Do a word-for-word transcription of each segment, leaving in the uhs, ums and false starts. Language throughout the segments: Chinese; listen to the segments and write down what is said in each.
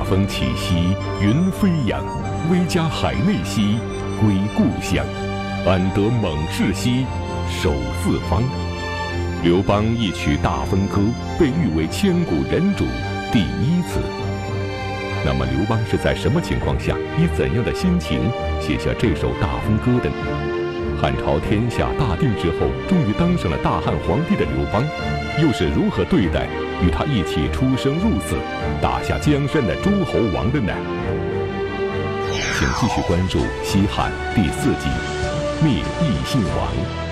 风起兮云飞扬，威加海内兮归故乡，安得猛士兮守四方。刘邦一曲《大风歌》被誉为千古人主第一词。那么刘邦是在什么情况下，以怎样的心情写下这首《大风歌》的呢？汉朝天下大定之后，终于当上了大汉皇帝的刘邦，又是如何对待与他一起出生入死、打下江山的诸侯王的呢？请继续关注《西汉》第四集《灭异姓王》。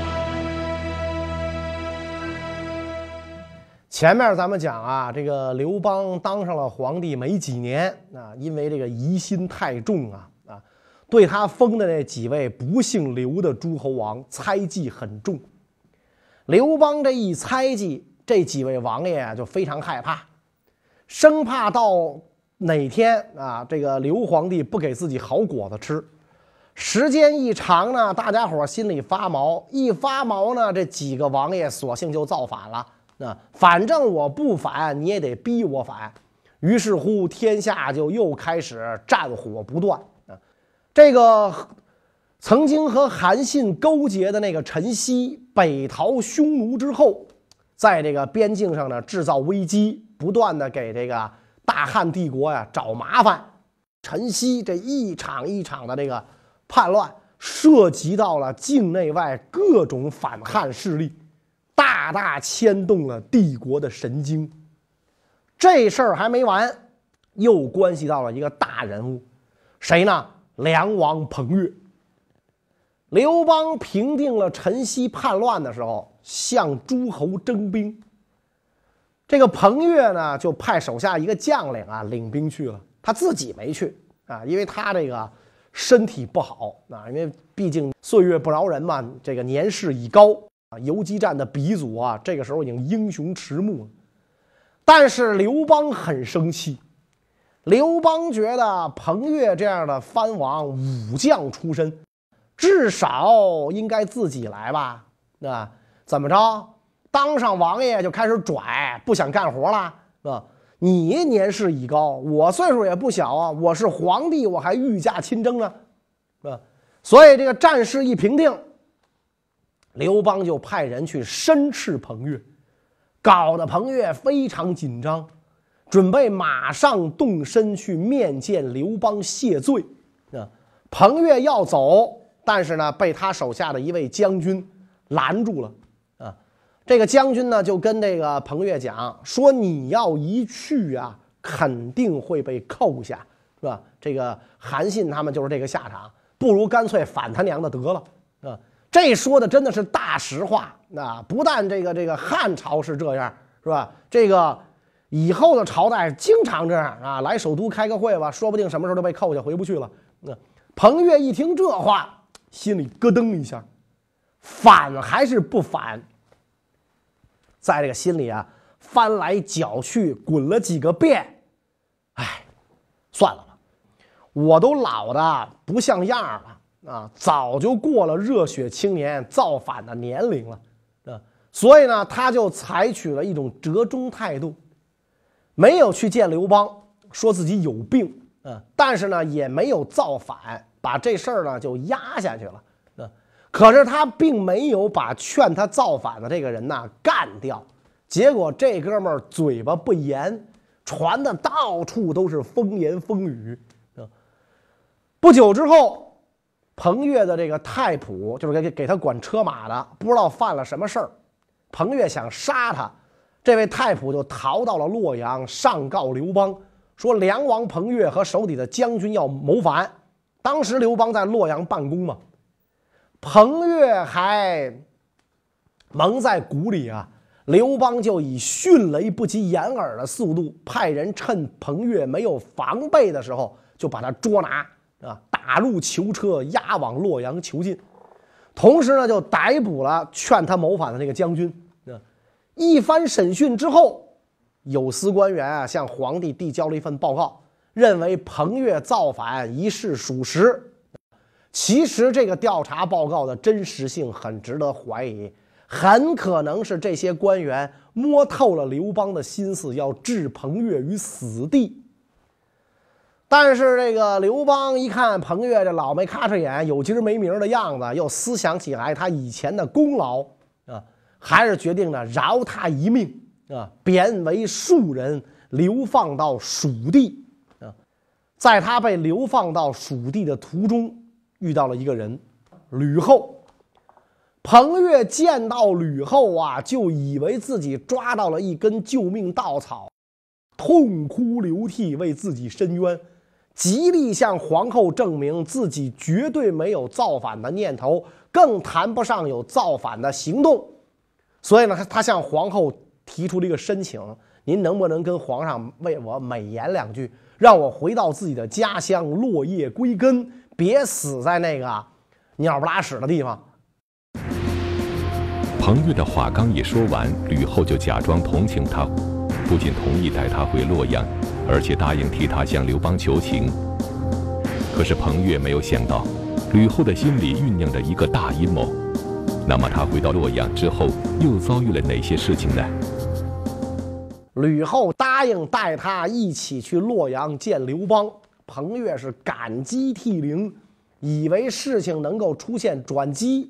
前面咱们讲啊，这个刘邦当上了皇帝没几年啊，因为这个疑心太重啊啊，对他封的那几位不姓刘的诸侯王猜忌很重。刘邦这一猜忌，这几位王爷啊就非常害怕，生怕到哪天啊，这个刘皇帝不给自己好果子吃。时间一长呢，大家伙心里发毛，一发毛呢，这几个王爷索性就造反了。那反正我不反，你也得逼我反。于是乎，天下就又开始战火不断啊。这个曾经和韩信勾结的那个陈豨北逃匈奴之后，在这个边境上呢制造危机，不断的给这个大汉帝国呀找麻烦。陈豨这一场一场的这个叛乱，涉及到了境内外各种反汉势力，大大牵动了帝国的神经。这事儿还没完，又关系到了一个大人物，谁呢？梁王彭越。刘邦平定了陈豨叛乱的时候，向诸侯征兵。这个彭越呢，就派手下一个将领啊领兵去了，他自己没去啊，因为他这个身体不好啊，因为毕竟岁月不饶人嘛，这个年事已高啊，游击战的鼻祖啊，这个时候已经英雄迟暮了。但是刘邦很生气，刘邦觉得彭越这样的藩王武将出身，至少应该自己来吧？啊，怎么着？当上王爷就开始拽，不想干活了啊！你年事已高，我岁数也不小啊，我是皇帝，我还御驾亲征呢，啊！所以这个战事一平定，刘邦就派人去申斥彭越，搞得彭越非常紧张，准备马上动身去面见刘邦谢罪啊！彭越要走，但是呢，被他手下的一位将军拦住了啊！这个将军呢，就跟这个彭越讲说：“你要一去啊，肯定会被扣下，是吧？这个韩信他们就是这个下场，不如干脆反他娘的得了啊！”这说的真的是大实话啊！不但这个这个汉朝是这样，是吧？这个以后的朝代经常这样啊，来首都开个会吧，说不定什么时候就被扣下回不去了。那彭越一听这话，心里咯噔一下，反还是不反？在这个心里啊，翻来搅去，滚了几个遍，哎，算了吧，我都老的不像样了啊，早就过了热血青年造反的年龄了啊，所以呢，他就采取了一种折中态度，没有去见刘邦，说自己有病啊，但是呢，也没有造反，把这事儿呢就压下去了。可是他并没有把劝他造反的这个人呐干掉，结果这哥们儿嘴巴不严，传的到处都是风言风语。不久之后，彭越的这个太仆，就是给给他管车马的，不知道犯了什么事儿，彭越想杀他，这位太仆就逃到了洛阳，上告刘邦，说梁王彭越和手底的将军要谋反。当时刘邦在洛阳办公嘛。彭越还蒙在鼓里啊，刘邦就以迅雷不及掩耳的速度，派人趁彭越没有防备的时候，就把他捉拿啊，打入囚车，押往洛阳囚禁。同时呢，就逮捕了劝他谋反的那个将军。啊，一番审讯之后，有司官员啊向皇帝递交了一份报告，认为彭越造反一事属实。其实这个调查报告的真实性很值得怀疑，很可能是这些官员摸透了刘邦的心思，要置彭越于死地。 但是这个刘邦一看彭越这老没咔哧眼、有今儿没明儿的样子，又思想起来他以前的功劳啊，还是决定呢饶他一命啊，贬为庶人，流放到蜀地啊。在他被流放到蜀地的途中，遇到了一个人，吕后。彭越见到吕后啊，就以为自己抓到了一根救命稻草，痛哭流涕为自己申冤，极力向皇后证明自己绝对没有造反的念头，更谈不上有造反的行动。所以呢，他他向皇后提出了一个申请：您能不能跟皇上为我美言两句，让我回到自己的家乡，落叶归根，别死在那个鸟不拉屎的地方。 彭越的话刚一说完，吕后就假装同情他，不仅同意带他回洛阳，而且答应替他向刘邦求情。可是彭越没有想到，吕后的心里酝酿着一个大阴谋。那么他回到洛阳之后，又遭遇了哪些事情呢？ 吕后答应带他一起去洛阳见刘邦，彭越是感激涕零，以为事情能够出现转机。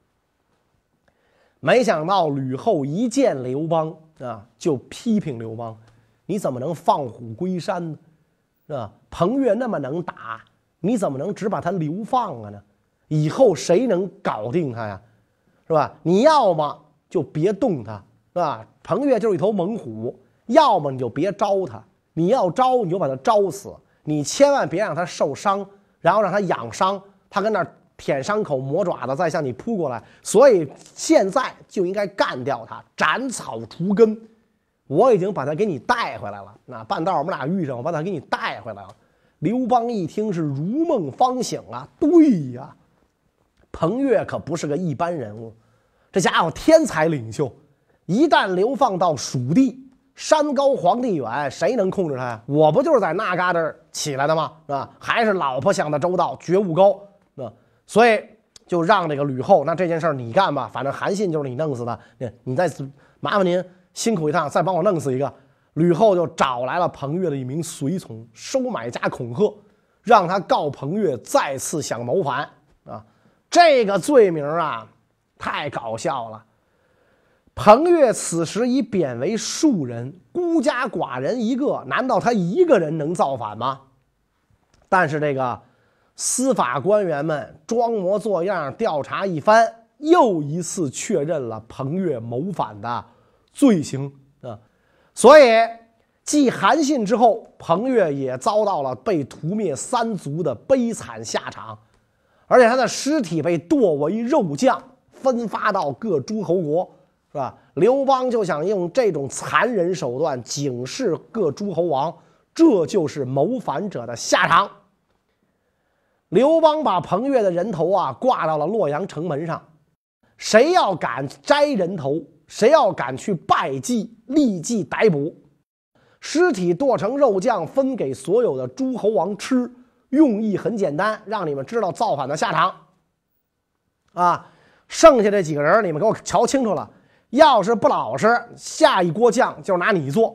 没想到吕后一见刘邦啊，就批评刘邦：“你怎么能放虎归山呢？啊，彭越那么能打，你怎么能只把他流放了呢？以后谁能搞定他呀？是吧？你要么就别动他，是吧？彭越就是一头猛虎，要么你就别招他。你要招，你就把他招死，你千万别让他受伤，然后让他养伤，他跟那儿舔伤口磨爪子再向你扑过来，所以现在就应该干掉他，斩草除根。我已经把他给你带回来了，那半道我们俩遇上，我把他给你带回来了。”刘邦一听是如梦方醒啊，对呀，彭越可不是个一般人物，这家伙天才领袖，一旦流放到蜀地，山高皇帝远，谁能控制他呀？我不就是在那嘎达起来的吗？啊，还是老婆想的周到，觉悟高啊。所以就让这个吕后，那这件事儿你干吧，反正韩信就是你弄死的，你再麻烦您辛苦一趟，再帮我弄死一个。吕后就找来了彭越的一名随从，收买加恐吓，让他告彭越再次想谋反啊！这个罪名啊，太搞笑了。彭越此时已贬为庶人，孤家寡人一个，难道他一个人能造反吗？但是这个司法官员们装模作样调查一番，又一次确认了彭越谋反的罪行啊！所以继韩信之后，彭越也遭到了被屠灭三族的悲惨下场，而且他的尸体被剁为肉酱，分发到各诸侯国，是吧？刘邦就想用这种残忍手段警示各诸侯王，这就是谋反者的下场。刘邦把彭越的人头啊挂到了洛阳城门上，谁要敢摘人头，谁要敢去拜祭，立即逮捕。尸体剁成肉酱，分给所有的诸侯王吃，用意很简单，让你们知道造反的下场。啊，剩下这几个人你们给我瞧清楚了，要是不老实，下一锅酱就拿你做。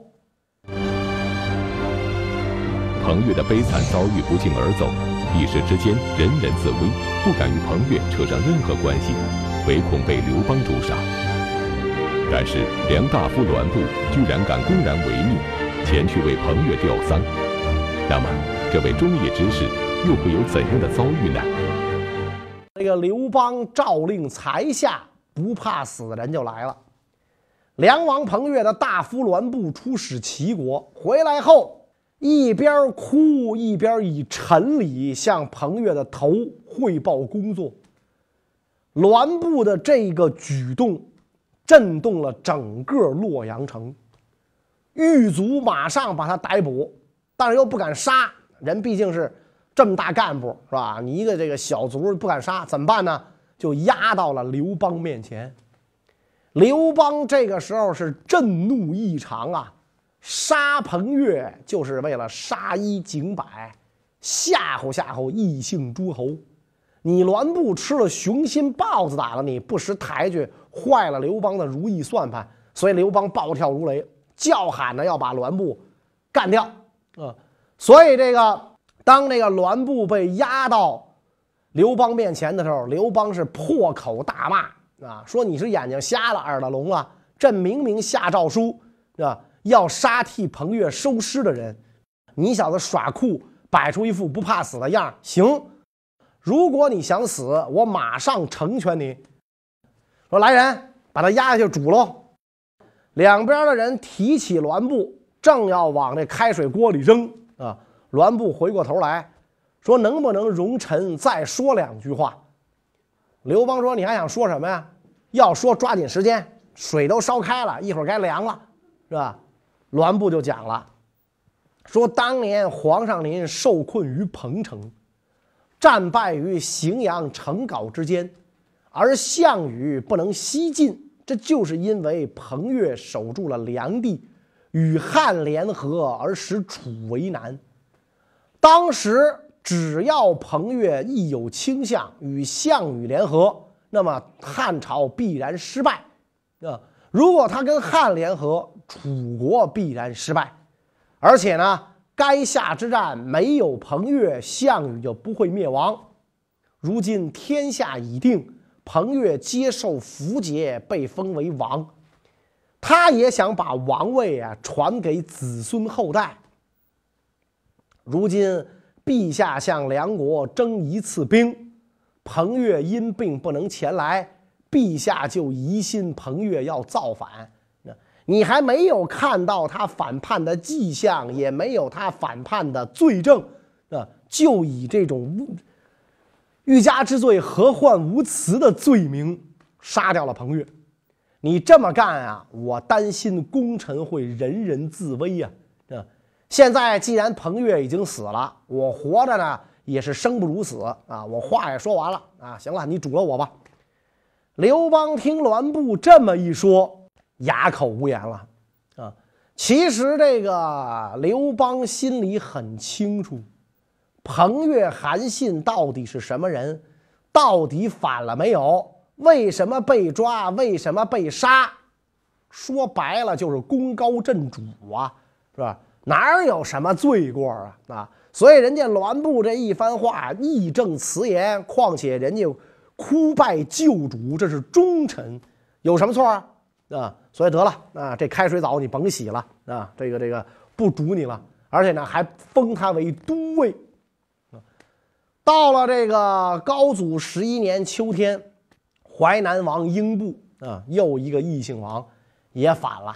彭越的悲惨遭遇不胫而走，一时之间人人自危，不敢与彭越扯上任何关系，唯恐被刘邦诛杀。但是梁大夫栾布居然敢公然违逆，前去为彭越吊丧。那么这位忠义之士又会有怎样的遭遇呢？ 这个刘邦诏令才下，不怕死的人就来了。梁王彭越的大夫栾布出使齐国，回来后一边哭一边以陈礼向彭越的头汇报工作。栾布的这个举动震动了整个洛阳城，狱卒马上把他逮捕，但是又不敢杀人，毕竟是这么大干部，是吧？你一个这个小卒不敢杀，怎么办呢？就押到了刘邦面前。刘邦这个时候是震怒异常啊，杀彭越就是为了杀一儆百，吓唬吓唬异姓诸侯。你栾布吃了雄心豹子胆了，你不识抬举，坏了刘邦的如意算盘，所以刘邦暴跳如雷，叫喊着要把栾布干掉啊！所以这个当这个栾布被押到刘邦面前的时候，刘邦是破口大骂啊，说你是眼睛瞎了，耳朵聋了，朕明明下诏书啊，要杀替彭越收尸的人，你小子耍酷，摆出一副不怕死的样，行，如果你想死，我马上成全你。说来人，把他押下去煮喽。两边的人提起栾布，正要往这开水锅里扔啊，栾布回过头来说：“能不能容臣再说两句话？”刘邦说：“你还想说什么呀？要说抓紧时间，水都烧开了，一会儿该凉了，是吧？”栾布就讲了，说：“当年皇上您受困于彭城，战败于荥阳成皋之间，而项羽不能西进，这就是因为彭越守住了梁地，与汉联合而使楚为难。当时只要彭越一有倾向与项羽联合，那么汉朝必然失败啊！如果他跟汉联合，楚国必然失败。而且呢，垓下之战没有彭越，项羽就不会灭亡。如今天下已定，彭越接受符节，被封为王，他也想把王位啊传给子孙后代。如今陛下向梁国征一次兵，彭越因病不能前来，陛下就疑心彭越要造反。你还没有看到他反叛的迹象，也没有他反叛的罪证啊，就以这种欲加之罪，何患无辞的罪名杀掉了彭越。你这么干啊，我担心功臣会人人自危啊！啊，现在既然彭越已经死了，我活着呢也是生不如死啊！我话也说完了啊，行了，你煮了我吧。刘邦听栾布这么一说，哑口无言了啊！其实这个刘邦心里很清楚，彭越、韩信到底是什么人，到底反了没有？为什么被抓？为什么被杀？说白了就是功高震主啊，是吧？哪有什么罪过啊？啊！所以人家栾布这一番话义正辞严，况且人家哭拜救主，这是忠臣，有什么错啊？啊！所以得了啊，这开水澡你甭洗了啊，这个这个不煮你了，而且呢还封他为都尉。到了这个高祖十一年秋天，淮南王英布啊，又一个异姓王也反了。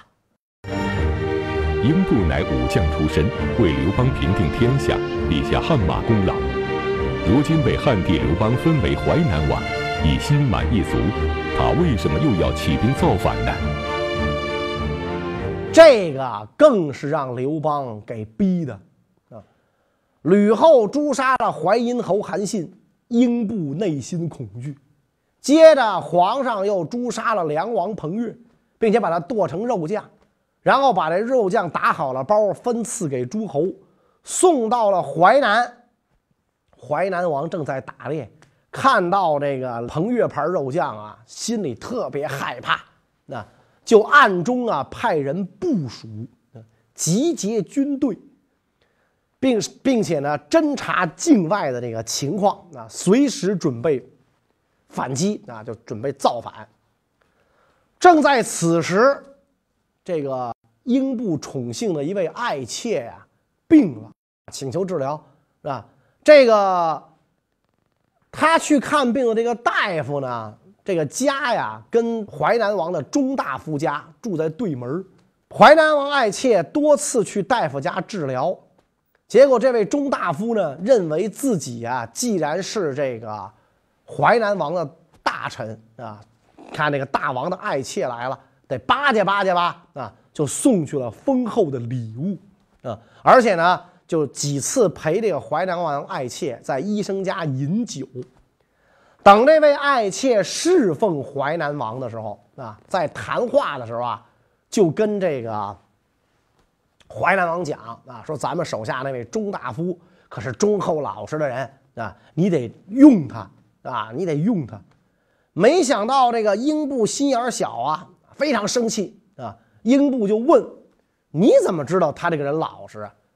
英布乃武将出身，为刘邦平定天下，立下汗马功劳。如今被汉帝刘邦分为淮南王，已心满意足，他为什么又要起兵造反呢？ 这个更是让刘邦给逼的啊！吕后诛杀了淮阴侯韩信，英布内心恐惧。接着皇上又诛杀了梁王彭越，并且把他剁成肉酱，然后把这肉酱打好了包，分赐给诸侯，送到了淮南。淮南王正在打猎，看到这个彭越牌肉酱啊，心里特别害怕，那就暗中啊派人部署，集结军队，并并且呢侦察境外的这个情况啊，随时准备反击啊，就准备造反。正在此时，这个英布宠幸的一位爱妾呀、啊、病了，请求治疗，是吧？这个他去看病的这个大夫呢，这个家呀跟淮南王的钟大夫家住在对门。淮南王爱妾多次去大夫家治疗，结果这位钟大夫呢认为自己啊既然是这个淮南王的大臣啊，看这个大王的爱妾来了，得巴结巴结吧啊，就送去了丰厚的礼物啊，而且呢就几次陪这个淮南王爱妾在医生家饮酒。等这位爱妾侍奉淮南王的时候啊，在谈话的时候啊，就跟这个淮南王讲啊，说咱们手下那位钟大夫可是忠厚老实的人啊，你得用他啊，你得用他。没想到这个英布心眼小啊，非常生气啊。英布就问：你怎么知道他这个人老实啊？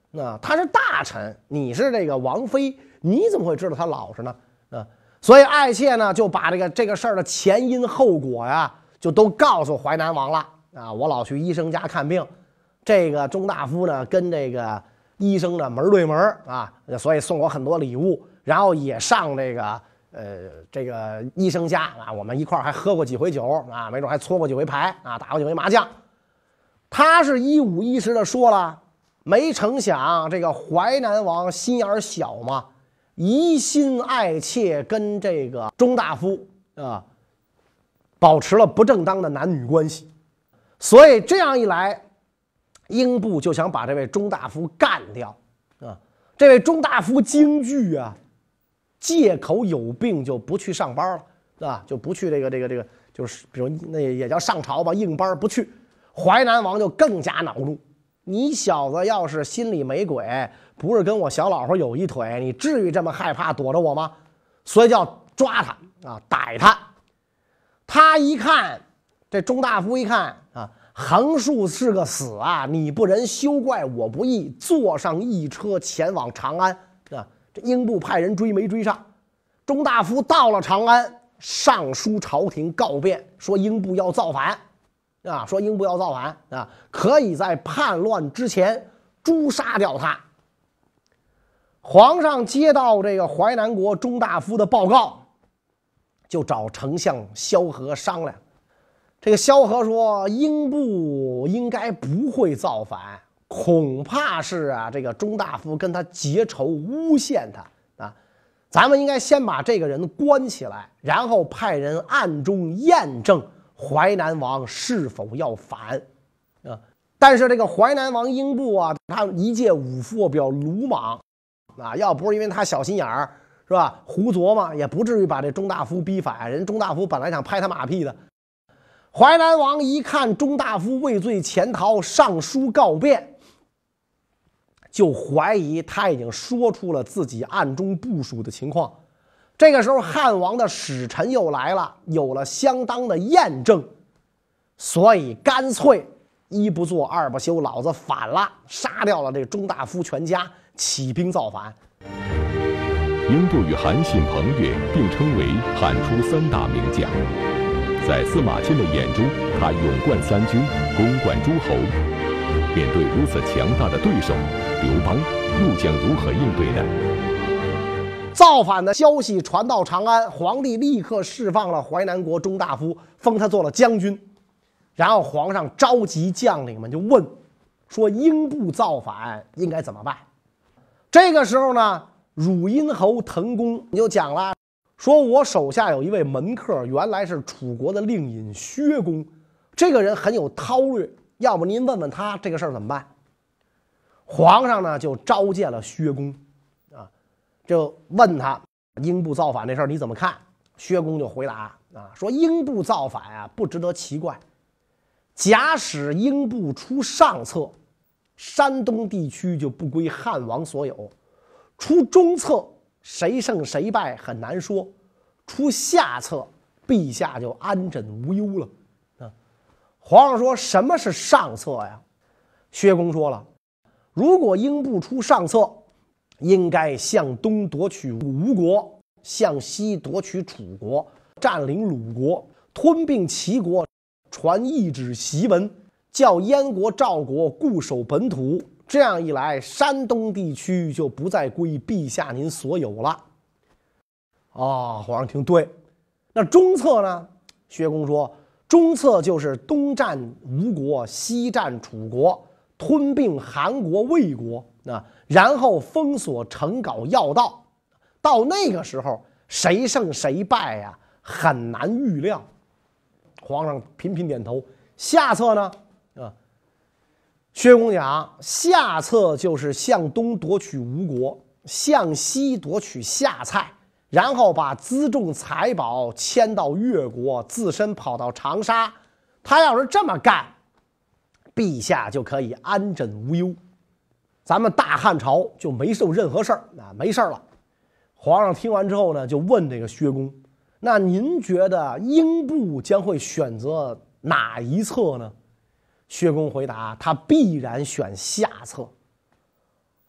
啊，他是大臣，你是这个王妃，你怎么会知道他老实呢？啊，所以爱妾呢就把这个这个事儿的前因后果呀，就都告诉淮南王了啊。我老去医生家看病，这个钟大夫呢跟这个医生呢门对门啊，所以送我很多礼物，然后也上这个呃这个医生家啊，我们一块儿还喝过几回酒啊，没准还搓过几回牌啊，打过几回麻将。他是一五一十的说了，没成想这个淮南王心眼小嘛，疑心爱妾跟这个钟大夫啊保持了不正当的男女关系，所以这样一来，英布就想把这位钟大夫干掉啊。这位钟大夫惊惧啊，借口有病就不去上班了啊，就不去这个这个这个，就是比如那也叫上朝吧，应班不去。淮南王就更加恼怒，你小子要是心里没鬼，不是跟我小老婆有一腿，你至于这么害怕躲着我吗？所以就要抓他啊，逮他。他一看，这钟大夫一看啊，横竖是个死啊，你不仁休怪我不义，坐上一车前往长安啊。这英布派人追没追上，钟大夫到了长安，上书朝廷告变，说英布要造反。啊，说英布要造反啊，可以在叛乱之前诛杀掉他。皇上接到这个淮南国钟大夫的报告，就找丞相萧何商量。这个萧何说，英布应该不会造反，恐怕是啊，这个钟大夫跟他结仇，诬陷他啊。咱们应该先把这个人关起来，然后派人暗中验证淮南王是否要反啊？但是这个淮南王英布啊，他一介武夫，比较鲁莽啊，要不是因为他小心眼儿，是吧？胡琢磨也不至于把这钟大夫逼反。人钟大夫本来想拍他马屁的，淮南王一看钟大夫畏罪潜逃，上书告变，就怀疑他已经说出了自己暗中部署的情况。这个时候，汉王的使臣又来了，有了相当的验证，所以干脆一不做二不休，老子反了，杀掉了这个钟大夫全家，起兵造反。 英布与韩信、彭越并称为汉初三大名将，在司马迁的眼中，他勇冠三军，攻冠诸侯。面对如此强大的对手，刘邦又将如何应对呢？ 造反的消息传到长安，皇帝立刻释放了淮南国钟大夫，封他做了将军。然后皇上召集将领们就问说，英布造反应该怎么办？这个时候呢，汝阴侯滕公就讲了，说我手下有一位门客，原来是楚国的令尹薛公，这个人很有韬略，要不您问问他这个事儿怎么办？皇上呢就召见了薛公啊，就问他英布造反这事儿你怎么看？薛公就回答啊，说英布造反啊，不值得奇怪。假使英布出上策，山东地区就不归汉王所有；出中策，谁胜谁败很难说；出下策，陛下就安枕无忧了。啊，皇上说什么是上策呀？薛公说了，如果英布出上策，应该向东夺取吴国，向西夺取楚国，占领鲁国，吞并齐国，传懿旨檄文，叫燕国、赵国固守本土。这样一来，山东地区就不再归陛下您所有了。哦，皇上听对。那中策呢？薛公说，中策就是东战吴国，西战楚国，吞并韩国、魏国啊，然后封锁城皋要道。到那个时候，谁胜谁败呀、啊，很难预料。皇上频频点头。下策呢？啊，薛公讲，下策就是向东夺取吴国，向西夺取夏蔡，然后把辎重财宝迁到越国，自身跑到长沙。他要是这么干，陛下就可以安枕无忧，咱们大汉朝就没受任何事儿啊，没事了。皇上听完之后呢，就问这个薛公，那您觉得英布将会选择哪一策呢？薛公回答，他必然选下策。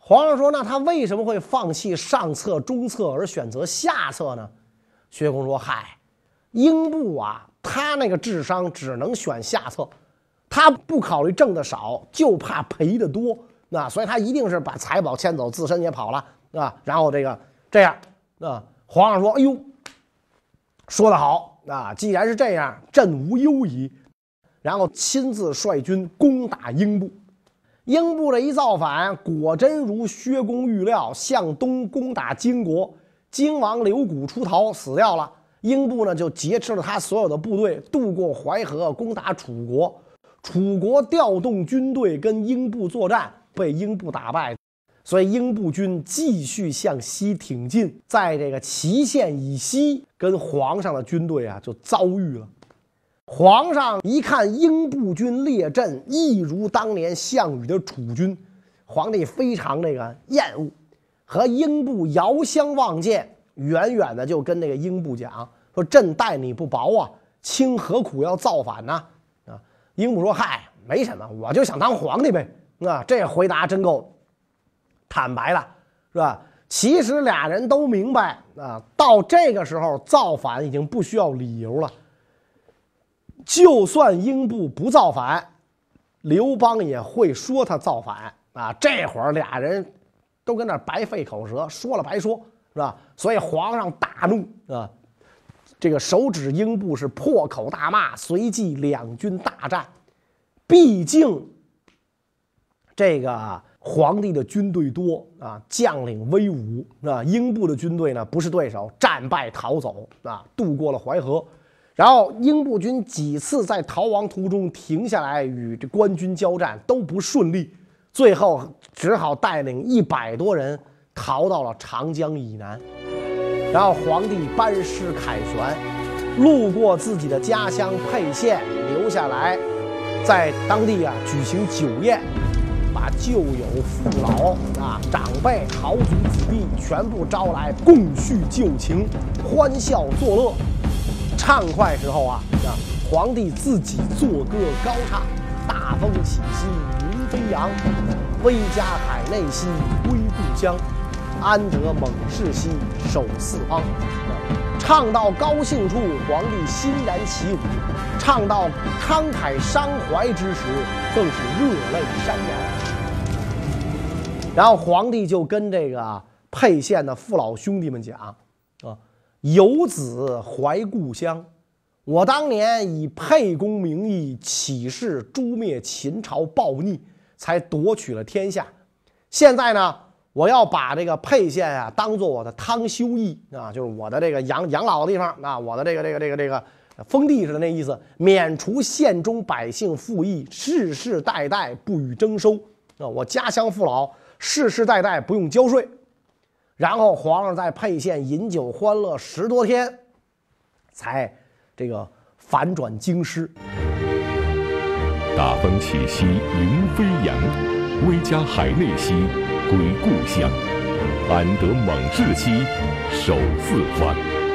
皇上说：“那他为什么会放弃上策、中策而选择下策呢？”薛公说：“嗨，英布啊，他那个智商只能选下策，他不考虑挣的少，就怕赔的多，那所以他一定是把财宝牵走，自身也跑了啊。然后这个这样啊，皇上说：‘哎呦，说得好啊！既然是这样，朕无忧矣。’然后亲自率军攻打英布。英布这一造反，果真如薛公预料，向东攻打金国。荆王刘古出逃，死掉了。英布呢，就劫持了他所有的部队，渡过淮河，攻打楚国。楚国调动军队跟英布作战，被英布打败。所以英布军继续向西挺进，在这个祁县以西，跟皇上的军队啊就遭遇了。皇上一看英布军列阵，一如当年项羽的楚军，皇帝非常这个厌恶，和英布遥相望见，远远的就跟那个英布讲说：“朕待你不薄啊，卿何苦要造反呢？”啊，英布说：“嗨，没什么，我就想当皇帝呗。”啊，这回答真够坦白了，是吧？其实俩人都明白啊，到这个时候造反已经不需要理由了。就算英布不造反，刘邦也会说他造反啊。这会儿俩人都跟那白费口舌，说了白说，是吧？所以皇上大怒啊，这个手指英布是破口大骂，随即两军大战。毕竟这个皇帝的军队多啊，将领威武啊，英布的军队呢不是对手，战败逃走啊，渡过了淮河。然后英布军几次在逃亡途中停下来与这官军交战，都不顺利，最后只好带领一百多人逃到了长江以南。然后皇帝班师凯旋，路过自己的家乡沛县，留下来在当地啊举行酒宴，把旧友父老啊长辈豪族子弟全部招来，共叙旧情，欢笑作乐。畅快时候啊，啊，皇帝自己作歌高唱：“大风起兮云飞扬，威加海内兮归故乡，安得猛士兮守四方。”唱到高兴处，皇帝欣然起舞；唱到慷慨伤怀之时，更是热泪潸然。然后皇帝就跟这个沛县的父老兄弟们讲啊。游子怀故乡，我当年以沛公名义起事诛灭秦朝暴逆，才夺取了天下。现在呢，我要把这个沛县啊当做我的汤修邑啊，就是我的这个养养老的地方啊，我的这个这个这个这个封地似的那意思，免除县中百姓赋役，世世代代不予征收啊，我家乡父老世世代代不用交税。然后皇上在沛县饮酒欢乐十多天，才这个反转京师。 大风起兮云飞扬，威加海内兮归故乡，安得猛士兮守四方。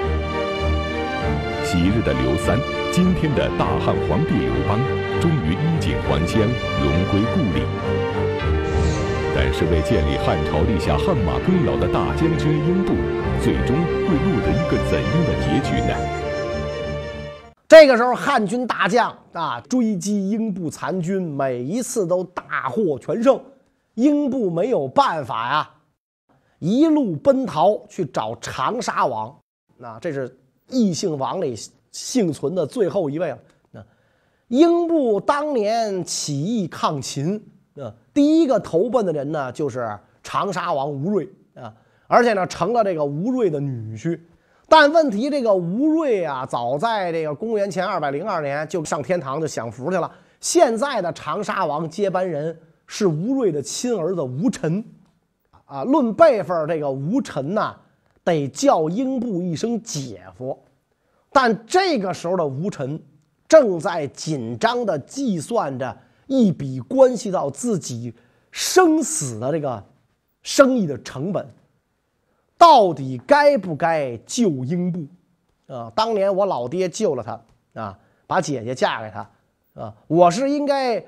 昔日的刘三，今天的大汉皇帝刘邦，终于衣锦还乡，荣归故里。但是为建立汉朝立下汗马功劳的大将军英布，最终会落得一个怎样的结局呢？ 这个时候，汉军大将啊追击英布残军，每一次都大获全胜。英布没有办法呀，一路奔逃去找长沙王。那这是异姓王里幸存的最后一位了。那英布当年起义抗秦。啊，第一个投奔的人呢，就是长沙王吴瑞啊，而且呢，成了这个吴瑞的女婿。但问题，这个吴瑞啊，早在这个公元前二百零二年就上天堂就享福去了。现在的长沙王接班人是吴瑞的亲儿子吴臣啊。论辈分，这个吴臣呐，得叫英布一声姐夫。但这个时候的吴臣正在紧张地计算着一笔关系到自己生死的这个生意的成本，到底该不该救英布啊？当年我老爹救了他啊，把姐姐嫁给他啊，我是应该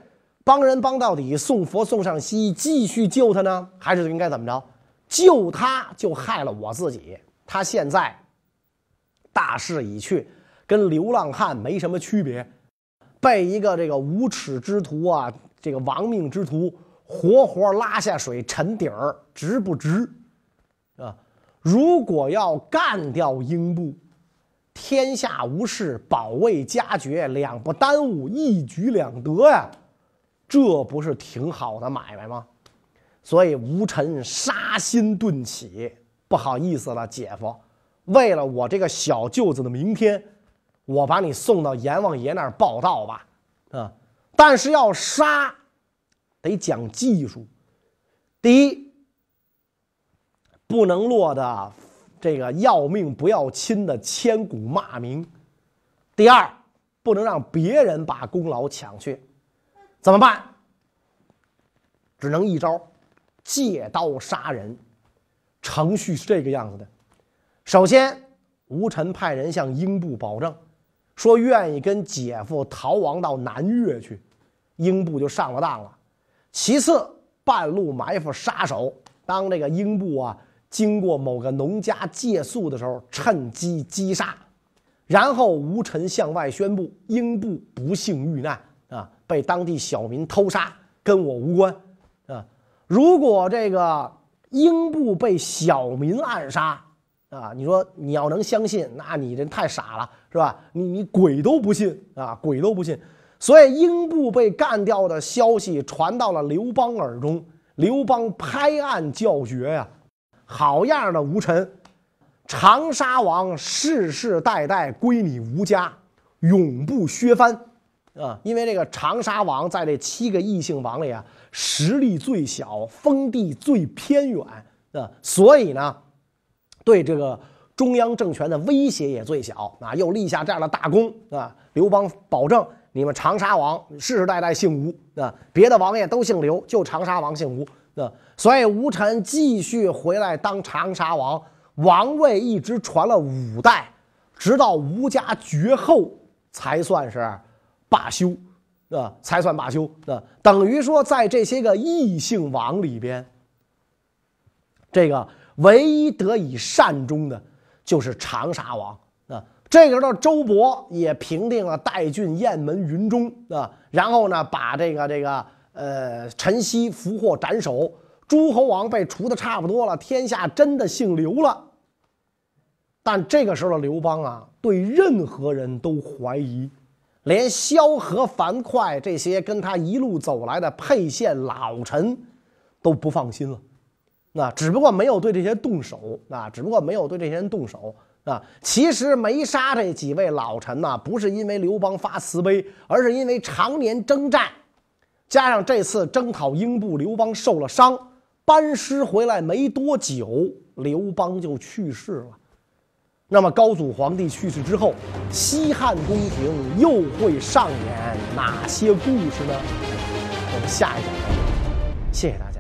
帮人帮到底，送佛送上西，继续救他呢，还是应该怎么着？救他就害了我自己。他现在大势已去，跟流浪汉没什么区别，被一个这个无耻之徒啊，这个亡命之徒活活拉下水沉底儿，值不值啊？如果要干掉英布，天下无事，保卫家爵，两不耽误，一举两得呀，这不是挺好的买卖吗？所以吴臣杀心顿起，不好意思了，姐夫，为了我这个小舅子的明天，我把你送到阎王爷那儿报道吧，啊！但是要杀，得讲技术。第一，不能落得这个要命不要亲的千古骂名；第二，不能让别人把功劳抢去。怎么办？只能一招，借刀杀人。程序是这个样子的：首先，吴臣派人向英布保证，说愿意跟姐夫逃亡到南越去，英布就上了当了。其次，半路埋伏杀手，当这个英布啊经过某个农家借宿的时候，趁机击杀。然后吴臣向外宣布，英布不幸遇难啊，被当地小民偷杀，跟我无关啊。如果这个英布被小民暗杀啊，你说你要能相信，那你这太傻了，是吧？你你鬼都不信啊，鬼都不信。所以英布被干掉的消息传到了刘邦耳中，刘邦拍案叫绝呀、啊，好样的吴臣，长沙王世世代代归你吴家，永不削藩啊！因为这个长沙王在这七个异姓王里啊，实力最小，封地最偏远啊，所以呢，对这个中央政权的威胁也最小啊，又立下这样的大功啊！刘邦保证你们长沙王世世代代姓吴啊，别的王爷都姓刘，就长沙王姓吴啊，所以吴臣继续回来当长沙王，王位一直传了五代，直到吴家绝后才算是罢休啊，才算罢休啊，等于说在这些个异姓王里边，这个唯一得以善终的就是长沙王啊。这个时候周勃也平定了代郡雁门云中啊，然后呢把这个这个呃陈豨俘获斩首，诸侯王被除的差不多了，天下真的姓刘了。但这个时候的刘邦啊，对任何人都怀疑，连萧何、樊哙这些跟他一路走来的沛县老臣都不放心了。那只不过没有对这些动手啊，只不过没有对这些人动手。啊，其实没杀这几位老臣呢、啊，不是因为刘邦发慈悲，而是因为常年征战，加上这次征讨英布，刘邦受了伤，班师回来没多久，刘邦就去世了。那么高祖皇帝去世之后，西汉宫廷又会上演哪些故事呢？我们下一讲，谢谢大家。